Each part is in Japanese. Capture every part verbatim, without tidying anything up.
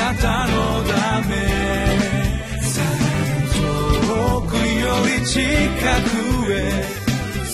なたのため遠くより近くへ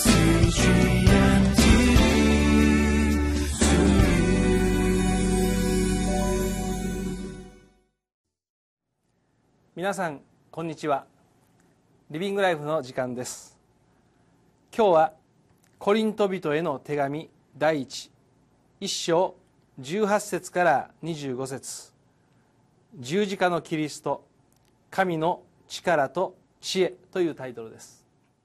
皆さんこんにちは。リビングライフの時間です。今日はコリント人への手紙第一一章じゅうはち節からにじゅうご節、十字架のキリスト、神の力と知恵というタイトルです。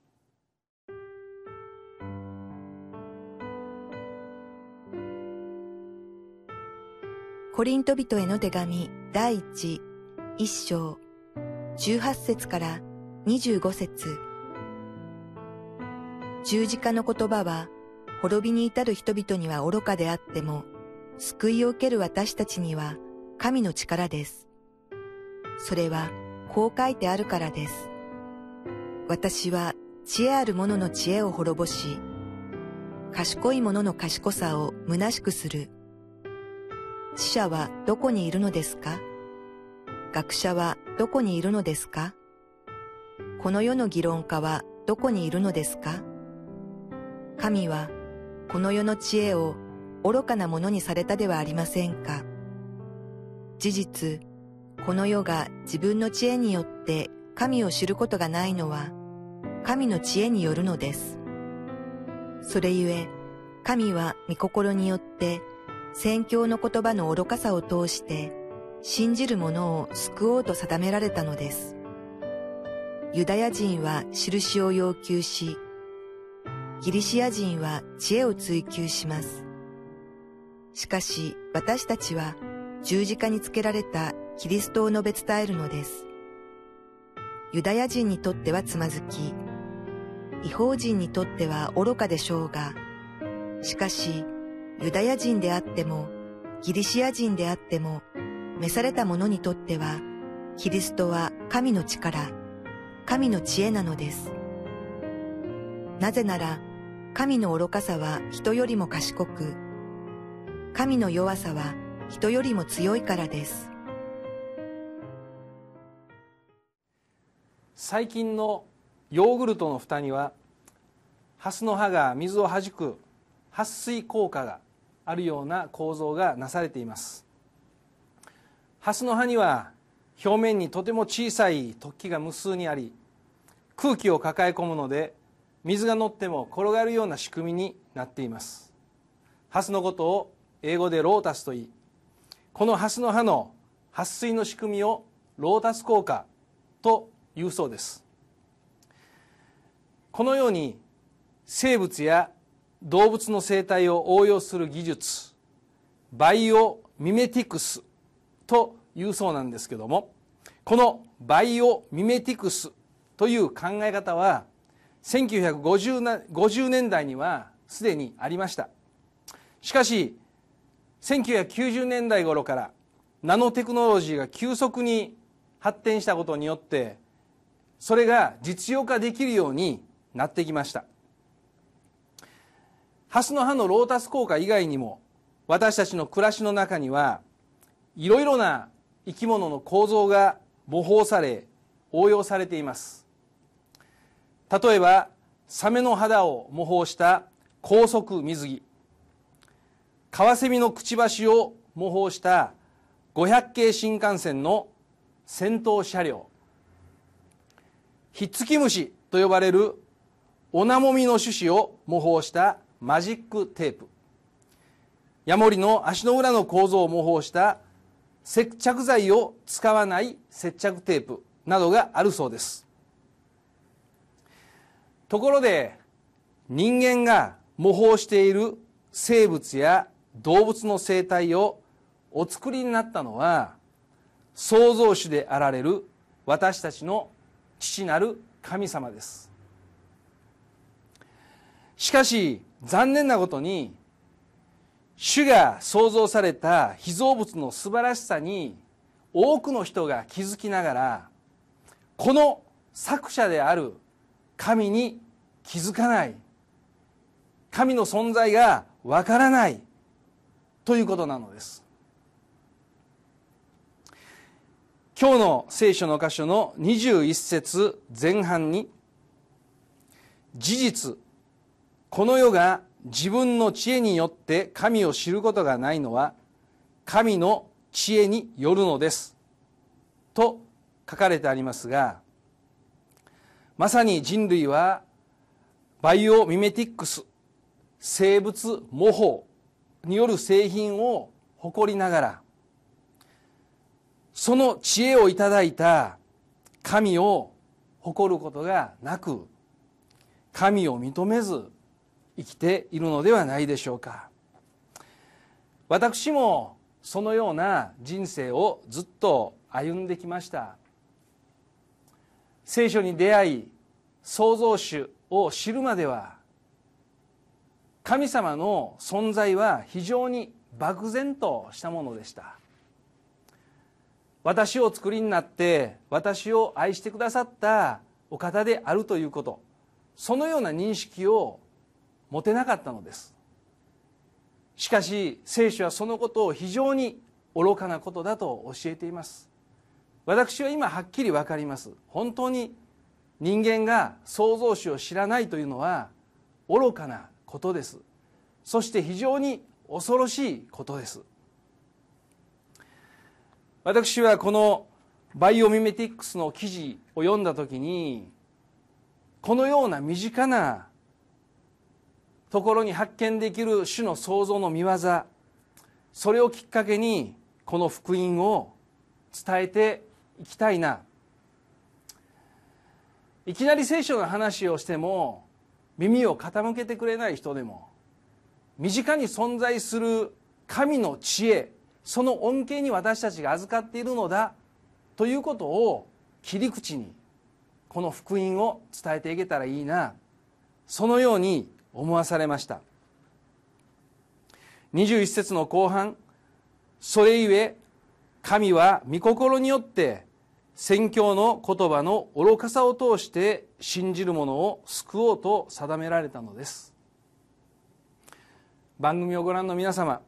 コリント人への手紙第一一章じゅうはち節からにじゅうご節。十字架の言葉は滅びに至る人々には愚かであっても、救いを受ける私たちには神の力です。それはこう書いてあるからです。私は知恵ある者の知恵を滅ぼし、賢い者の賢さを虚しくする。知者はどこにいるのですか？学者はどこにいるのですか？この世の議論家はどこにいるのですか？神はこの世の知恵を愚かなものにされたではありませんか。事実、この世が自分の知恵によって神を知ることがないのは神の知恵によるのです。それゆえ、神は御心によって宣教の言葉の愚かさを通して信じる者を救おうと定められたのです。ユダヤ人は印を要求し、ギリシア人は知恵を追求します。しかし私たちは十字架につけられたキリストを述べ伝えるのです。ユダヤ人にとってはつまずき、異邦人にとっては愚かでしょうが、しかしユダヤ人であってもギリシア人であっても召された者にとってはキリストは神の力、神の知恵なのです。なぜなら神の愚かさは人よりも賢く、神の弱さは人よりも強いからです。 最近のヨーグルトの蓋にはハスの葉が水をはじく撥水効果があるような構造がなされています。ハスの葉には表面にとても小さい突起が無数にあり、空気を抱え込むので水が乗っても転がるような仕組みになっています。ハスのことを英語でロータスといい、このハスの葉の撥水の仕組みをロータス効果というそうです。このように生物や動物の生態を応用する技術、バイオミメティクスというそうなんですけども、このバイオミメティクスという考え方はせんきゅうひゃくごじゅうねんだいにはすでにありました。しかしせんきゅうひゃくきゅうじゅうねんだい頃からナノテクノロジーが急速に発展したことによって、それが実用化できるようになってきました。ハスの葉のロータス効果以外にも、私たちの暮らしの中にはいろいろな生き物の構造が模倣され応用されています。例えばサメの肌を模倣した高速水着、カワセミのくちばしを模倣したごひゃくけい新幹線の先頭車両、ひっつき虫と呼ばれるオナモミの種子を模倣したマジックテープ、ヤモリの足の裏の構造を模倣した接着剤を使わない接着テープなどがあるそうです。ところで人間が模倣している生物や動物の生態をお作りになったのは創造主であられる私たちの父なる神様です。しかし残念なことに、主が創造された被造物の素晴らしさに多くの人が気づきながら、この作者である神に気づかない、神の存在がわからないということなのです。 今日の聖書の箇所のにじゅういっ節前半に、事実、この世が自分の知恵によって神を知ることがないのは、神の知恵によるのです。と書かれてありますが、まさに人類はバイオミメティックス、生物模倣による製品を誇りながら、その知恵をいただいた神を誇ることがなく、神を認めず生きているのではないでしょうか。私もそのような人生をずっと歩んできました。聖書に出会い、創造主を知るまでは、神様の存在は非常に漠然としたものでした。私を作りになって私を愛してくださったお方であるということ、そのような認識を持てなかったのです。しかし聖書はそのことを非常に愚かなことだと教えています。私は今はっきり分かります。本当に人間が創造主を知らないというのは愚かなことです。そして非常に恐ろしいことです。私はこのバイオミメティックスの記事を読んだときに、このような身近なところに発見できる主の創造の御業、それをきっかけにこの福音を伝えていきたいな。いきなり聖書の話をしても耳を傾けてくれない人でも、身近に存在する神の知恵、その恩恵に私たちが預かっているのだということを切り口にこの福音を伝えていけたらいいな、そのように思わされました。にじゅういっ節の後半、それゆえ神は御心によって宣教の言葉の愚かさを通して信じる者を救おうと定められたのです。番組をご覧の皆様、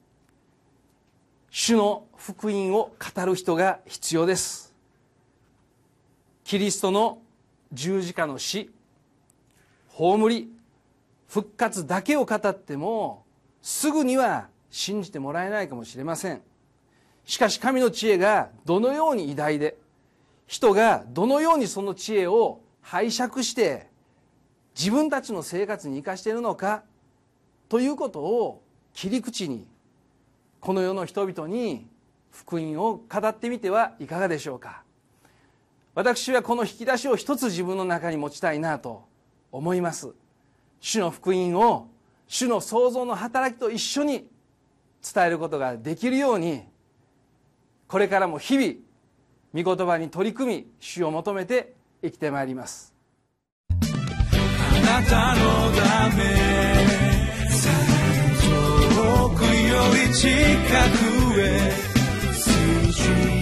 主の福音を語る人が必要です。キリストの十字架の死、葬り、復活だけを語ってもすぐには信じてもらえないかもしれません。しかし神の知恵がどのように偉大で、人がどのようにその知恵を拝借して自分たちの生活に生かしているのかということを切り口に、この世の人々に福音を語ってみてはいかがでしょうか。私はこの引き出しを一つ自分の中に持ちたいなと思います。主の福音を主の創造の働きと一緒に伝えることができるように、これからも日々御言葉に取り組み、主を求めて生きてまいります。 あなたのため、遠くより近くへ